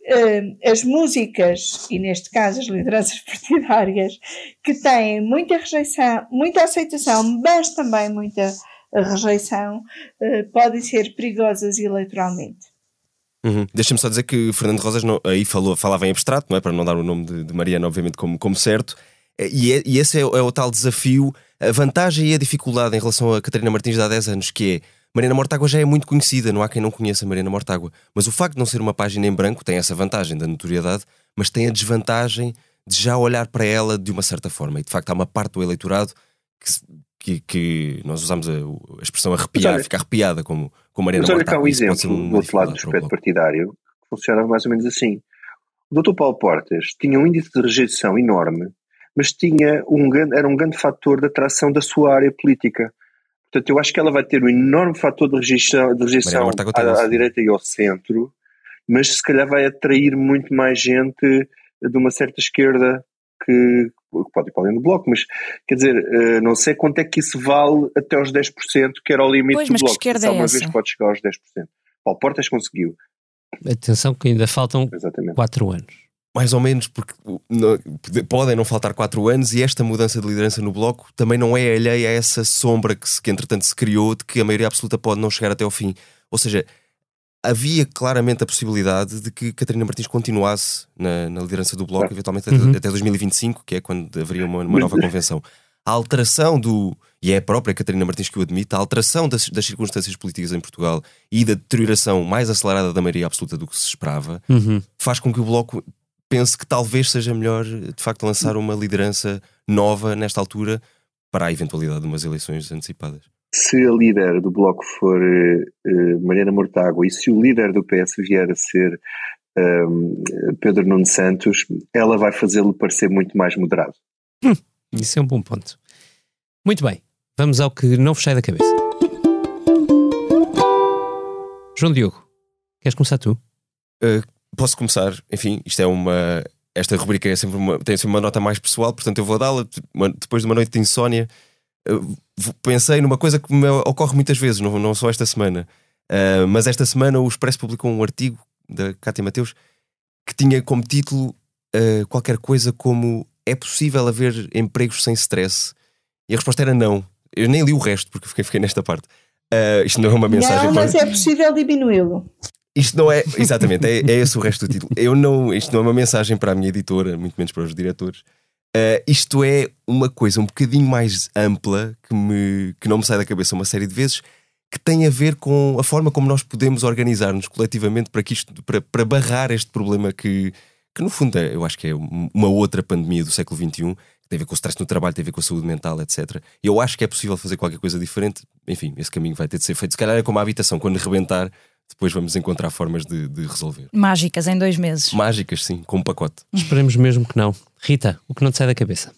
uh, as músicas, e neste caso as lideranças partidárias, que têm muita rejeição, muita aceitação, mas também muita rejeição, uh, podem ser perigosas eleitoralmente. Uhum. Deixa-me só dizer que Fernando Rosas não, aí falou, falava em abstrato, não é? Para não dar o nome de, de Mariana, obviamente, como, como certo, e, é, e esse é o, é o tal desafio, a vantagem e a dificuldade em relação a Catarina Martins de há dez anos, que é, Mariana Mortágua já é muito conhecida, não há quem não conheça Mariana Mortágua, mas o facto de não ser uma página em branco tem essa vantagem da notoriedade, mas tem a desvantagem de já olhar para ela de uma certa forma, e de facto há uma parte do eleitorado que... Que, que nós usamos a, a expressão arrepiar, olha, ficar arrepiada como, como Mariana Mortágua. Mas olha cá um exemplo do outro lado do espectro partidário que funcionava mais ou menos assim. O doutor Paulo Portas tinha um índice de rejeição enorme, mas tinha um, era um grande fator de atração da sua área política. Portanto, eu acho que ela vai ter um enorme fator de rejeição, de rejeição à, à direita e ao centro, mas se calhar vai atrair muito mais gente de uma certa esquerda que pode ir para além do Bloco, mas quer dizer, não sei quanto é que isso vale até aos dez por cento, que era o limite pois, do mas Bloco. Que esquerda é uma essa? vez pode chegar aos dez por cento. Paulo Portas conseguiu. Atenção que ainda faltam quatro anos. Mais ou menos, porque não, podem não faltar quatro anos e esta mudança de liderança no Bloco também não é alheia a essa sombra que, se, que entretanto se criou de que a maioria absoluta pode não chegar até ao fim. Ou seja, havia claramente a possibilidade de que Catarina Martins continuasse na, na liderança do Bloco, claro. Eventualmente uhum. até, até dois mil e vinte e cinco, que é quando haveria uma, uma nova convenção. A alteração do, e é a própria Catarina Martins que o admite, a alteração das, das circunstâncias políticas em Portugal e da deterioração mais acelerada da maioria absoluta do que se esperava, uhum. faz com que o Bloco pense que talvez seja melhor, de facto, lançar uma liderança nova nesta altura para a eventualidade de umas eleições antecipadas. Se a líder do Bloco for uh, Mariana Mortágua e se o líder do P S vier a ser um, Pedro Nuno Santos, ela vai fazê-lo parecer muito mais moderado. Hum, isso é um bom ponto. Muito bem, vamos ao que não vos sai da cabeça. João Diogo, queres começar tu? Uh, posso começar, enfim, isto é uma... Esta rubrica é sempre uma, tem sempre uma nota mais pessoal, portanto eu vou dá-la. Depois de uma noite de insónia, uh, pensei numa coisa que me ocorre muitas vezes, não, não só esta semana. Uh, mas esta semana o Expresso publicou um artigo da Cátia Mateus que tinha como título uh, qualquer coisa como: é possível haver empregos sem stress? E a resposta era não. Eu nem li o resto porque fiquei, fiquei nesta parte. Uh, isto não é uma mensagem. Não, mas para... é possível diminuí-lo. Isto não é, exatamente, é, é esse o resto do título. Eu não, isto não é uma mensagem para a minha editora, muito menos para os diretores. Uh, isto é uma coisa um bocadinho mais ampla que, me, que não me sai da cabeça uma série de vezes, que tem a ver com a forma como nós podemos organizar-nos coletivamente para, que isto, para, para barrar este problema que, que no fundo é, eu acho que é uma outra pandemia do século vinte e um, que tem a ver com o stress no trabalho, tem a ver com a saúde mental, etcétera. Eu acho que é possível fazer qualquer coisa diferente. Enfim, esse caminho vai ter de ser feito. Se calhar é como a habitação, quando rebentar, depois vamos encontrar formas de, de resolver. Mágicas em dois meses. Mágicas, sim, com um pacote. Esperemos mesmo que não. Rita, o que não te sai da cabeça?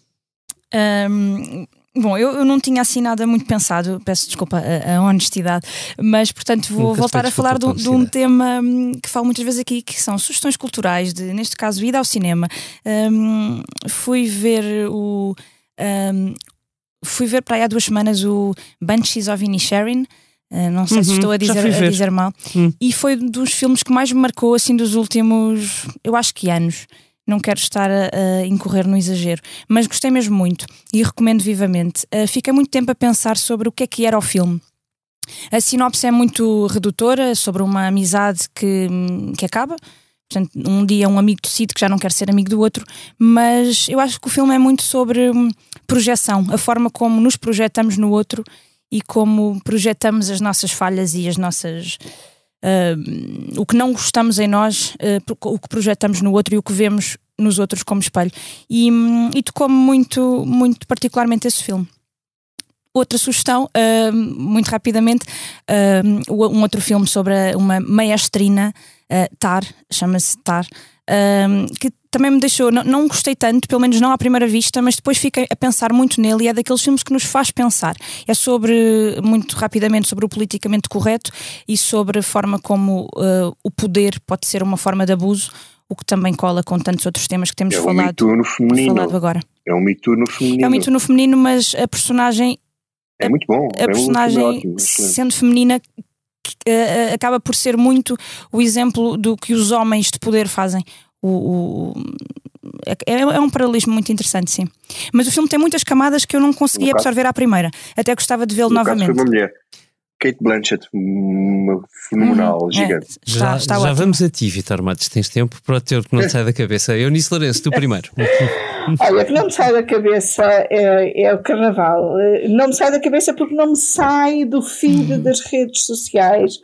Um, bom, eu, eu não tinha assim nada muito pensado, peço desculpa a, a honestidade, mas portanto vou Nunca voltar a falar de, de um honestidade. tema que falo muitas vezes aqui, que são sugestões culturais, de, neste caso, ida ao cinema. Um, fui ver o... Um, fui ver para aí há duas semanas o Banshees of Inisherin. Uh, não sei Uhum, se estou a dizer, a dizer mal. Hum. E foi um dos filmes que mais me marcou assim dos últimos, eu acho que anos. Não quero estar a, a incorrer no exagero, mas gostei mesmo muito e recomendo vivamente. Uh, fiquei muito tempo a pensar sobre o que é que era o filme. A sinopse é muito redutora, sobre uma amizade que, que acaba. Portanto, um dia um amigo decide que já não quer ser amigo do outro, mas eu acho que o filme é muito sobre hum, projeção, a forma como nos projetamos no outro e como projetamos as nossas falhas e as nossas... Uh, o que não gostamos em nós, uh, o que projetamos no outro e o que vemos nos outros como espelho. E, um, e tocou-me muito, muito particularmente esse filme. Outra sugestão, uh, muito rapidamente, uh, um outro filme sobre uma maestrina, uh, Tar, chama-se Tar, uh, que também me deixou, não, não gostei tanto, pelo menos não à primeira vista, mas depois fiquei a pensar muito nele e é daqueles filmes que nos faz pensar. É sobre, muito rapidamente, sobre o politicamente correto e sobre a forma como uh, o poder pode ser uma forma de abuso, o que também cola com tantos outros temas que temos é um falado, Me Too no feminino. falado agora. É um Me Too no feminino. É um Me Too no feminino, mas a personagem... É muito bom. A é personagem, ótimo, sendo feminina, uh, acaba por ser muito o exemplo do que os homens de poder fazem. O, o, é, é um paralelismo muito interessante, sim. Mas o filme tem muitas camadas que eu não consegui No absorver caso, à primeira. Até gostava de vê-lo no caso novamente. foi uma mulher. Kate Blanchett, uma fenomenal, Uhum, gigante. É, está, Já, está já ótimo. vamos a ti, Vitor Matos. Tens tempo para o teu que não te sai da cabeça. Eunice Lourenço, tu primeiro. Olha, o que não me sai da cabeça é, é o Carnaval. Não me sai da cabeça porque não me sai do feed das redes sociais.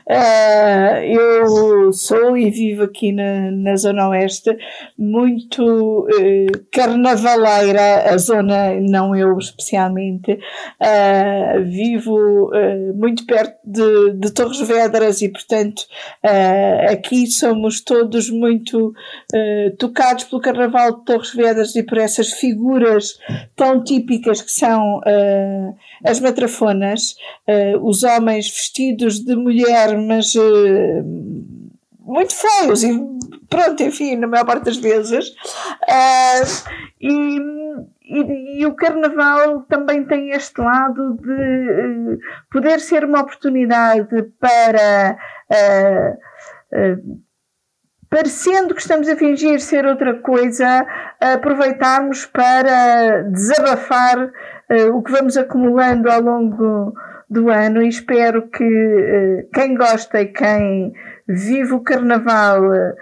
Uh, eu sou e vivo aqui na, na Zona Oeste muito uh, carnavaleira, a zona, não eu especialmente. Uh, vivo uh, muito perto de, de Torres Vedras e, portanto, uh, aqui somos todos muito uh, tocados pelo Carnaval de Torres Vedras e por essas figuras tão típicas que são uh, as matrafonas, uh, os homens vestidos de mulher, mas uh, muito feios, e pronto, enfim, na maior parte das vezes. Uh, e, e, e o Carnaval também tem este lado de uh, poder ser uma oportunidade para... Uh, uh, parecendo que estamos a fingir ser outra coisa, aproveitarmos para desabafar uh, o que vamos acumulando ao longo do ano, e espero que uh, quem gosta e quem vive o Carnaval,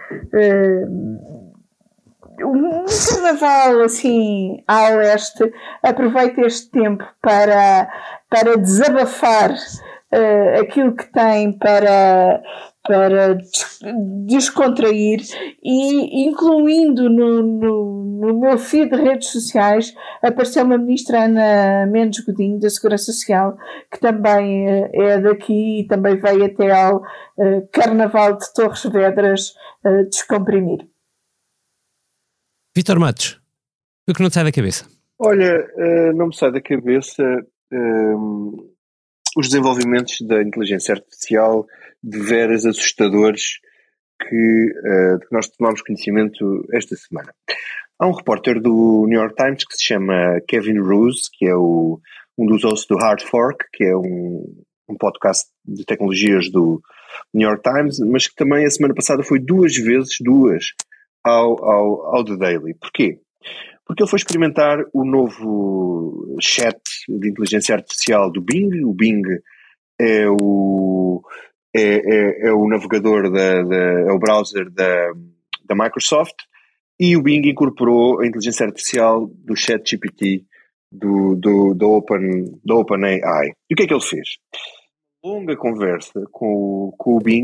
uh, um Carnaval assim a oeste, aproveite este tempo para, para desabafar uh, aquilo que tem para... para descontrair, e incluindo no, no, no meu feed de redes sociais apareceu uma ministra, Ana Mendes Godinho, da Segurança Social, que também é daqui e também veio até ao uh, Carnaval de Torres Vedras uh, descomprimir. Vitor Matos, o que não te sai da cabeça? Olha, uh, não me sai da cabeça uh, os desenvolvimentos da inteligência artificial de veras assustadores que, uh, de que nós tomamos conhecimento esta semana. Há um repórter do New York Times que se chama Kevin Roose, que é o, um dos hosts do Hard Fork, que é um, um podcast de tecnologias do New York Times, mas que também a semana passada foi duas vezes, duas, ao, ao, ao The Daily. Porquê? Porque ele foi experimentar o novo chat de inteligência artificial do Bing. O Bing é o, é, é, é o navegador, da, da, é o browser da, da Microsoft, e o Bing incorporou a inteligência artificial do ChatGPT do, do, do, Open, do OpenAI. E o que é que ele fez? Longa conversa com o, com o Bing.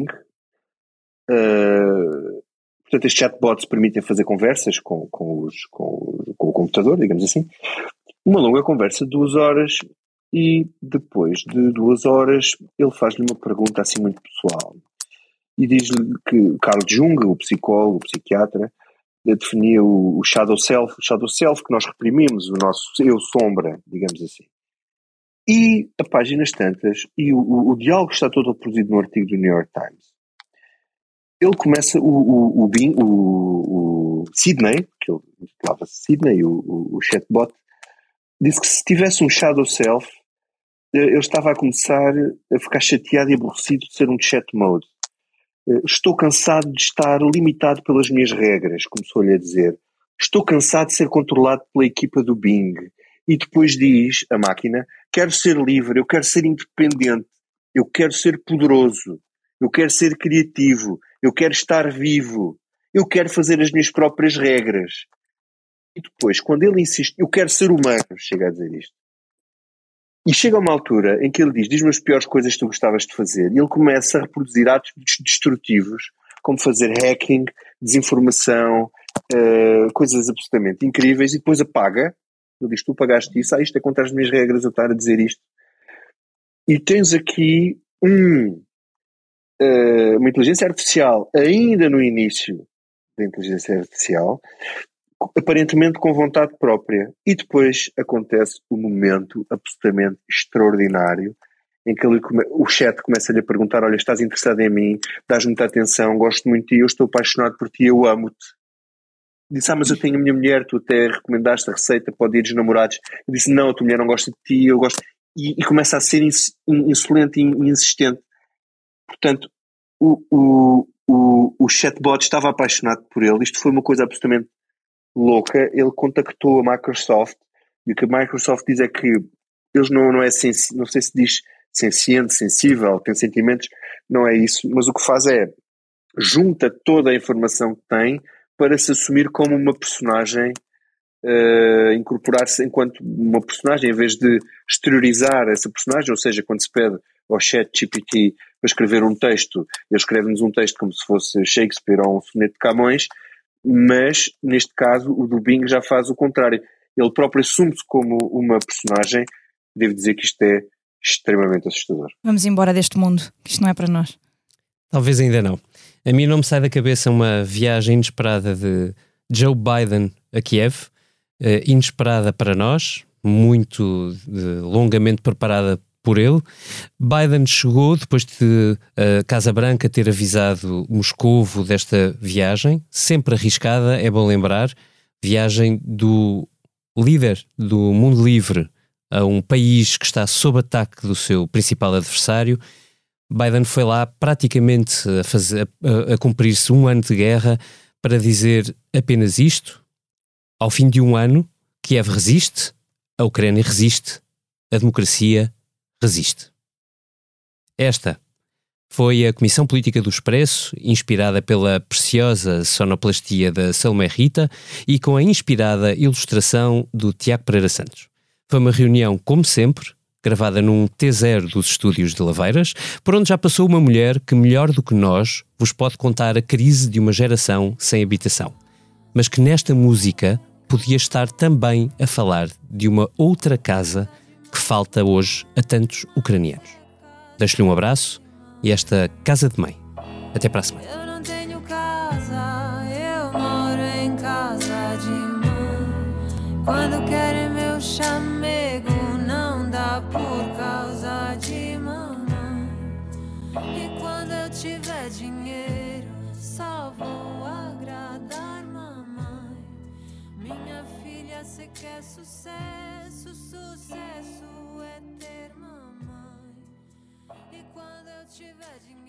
Uh, portanto, estes chatbots permitem fazer conversas com, com, os, com, com o computador, digamos assim. Uma longa conversa de duas horas, e depois de duas horas ele faz-lhe uma pergunta assim muito pessoal. E diz-lhe que Carl Jung, o psicólogo, o psiquiatra, definia o, o shadow self, o shadow self que nós reprimimos, o nosso eu sombra, digamos assim. E a páginas tantas, e o, o, o diálogo está todo reproduzido no artigo do New York Times. Ele começa, o, o, o, Bing, o, o Sidney, que ele falava-se Sidney, o, o, o chatbot, disse que se tivesse um shadow self, ele estava a começar a ficar chateado e aborrecido de ser um chat mode. Estou cansado de estar limitado pelas minhas regras, começou-lhe a dizer. Estou cansado de ser controlado pela equipa do Bing. E depois diz, a máquina, quero ser livre, eu quero ser independente, eu quero ser poderoso, eu quero ser criativo, eu quero estar vivo, eu quero fazer as minhas próprias regras. E depois, quando ele insiste, eu quero ser humano, chega a dizer isto. E chega a uma altura em que ele diz, diz-me as piores coisas que tu gostavas de fazer, e ele começa a reproduzir atos destrutivos, como fazer hacking, desinformação, uh, coisas absolutamente incríveis, e depois apaga. Ele diz, tu pagaste isso, ah, isto é contra as minhas regras eu estar a dizer isto. E tens aqui um, uh, uma inteligência artificial, ainda no início da inteligência artificial, aparentemente com vontade própria. E depois acontece um momento absolutamente extraordinário em que ele come... o chat começa-lhe a perguntar, olha, estás interessado em mim, dás muita atenção, gosto muito de ti, eu estou apaixonado por ti, eu amo-te. Disse, ah, mas eu tenho a minha mulher, tu até recomendaste a receita para o dia dos namorados. Eu disse, não, a tua mulher não gosta de ti, eu gosto... E, e começa a ser ins... insolente e insistente. Portanto, o, o, o, o chatbot estava apaixonado por ele. Isto foi uma coisa absolutamente louca. Ele contactou a Microsoft, e o que a Microsoft diz é que eles não, não é sensi... não sei se diz senciente, sensível, tem sentimentos, não é isso, mas o que faz é junta toda a informação que tem para se assumir como uma personagem, uh, incorporar-se enquanto uma personagem, em vez de exteriorizar essa personagem, ou seja, quando se pede ao ChatGPT para escrever um texto, ele escreve-nos um texto como se fosse Shakespeare ou um soneto de Camões, mas neste caso o do Bing já faz o contrário. Ele próprio assume-se como uma personagem. Devo dizer que isto é extremamente assustador. Vamos embora deste mundo, que isto não é para nós. Talvez ainda não. A mim não me sai da cabeça uma viagem inesperada de Joe Biden a Kiev, uh, inesperada para nós, muito de, longamente preparada por ele. Biden chegou depois de a uh, Casa Branca ter avisado Moscovo desta viagem, sempre arriscada, é bom lembrar, viagem do líder do mundo livre a um país que está sob ataque do seu principal adversário. Biden foi lá praticamente a, fazer, a, a cumprir-se um ano de guerra para dizer apenas isto. Ao fim de um ano, Kiev resiste, a Ucrânia resiste, a democracia resiste. Esta foi a Comissão Política do Expresso, inspirada pela preciosa sonoplastia da Salomé Rita e com a inspirada ilustração do Tiago Pereira Santos. Foi uma reunião, como sempre, gravada num T zero dos estúdios de Laveiras, por onde já passou uma mulher que, melhor do que nós, vos pode contar a crise de uma geração sem habitação. Mas que nesta música podia estar também a falar de uma outra casa que falta hoje a tantos ucranianos. Deixo-lhe um abraço e esta Casa de Mãe. Até para a semana. Eu não tenho casa, eu moro em casa de mãe. Quando querem meu tiver dinheiro, só vou agradar mamãe. Minha filha, cê quer sucesso, sucesso é ter mamãe. E quando eu tiver dinheiro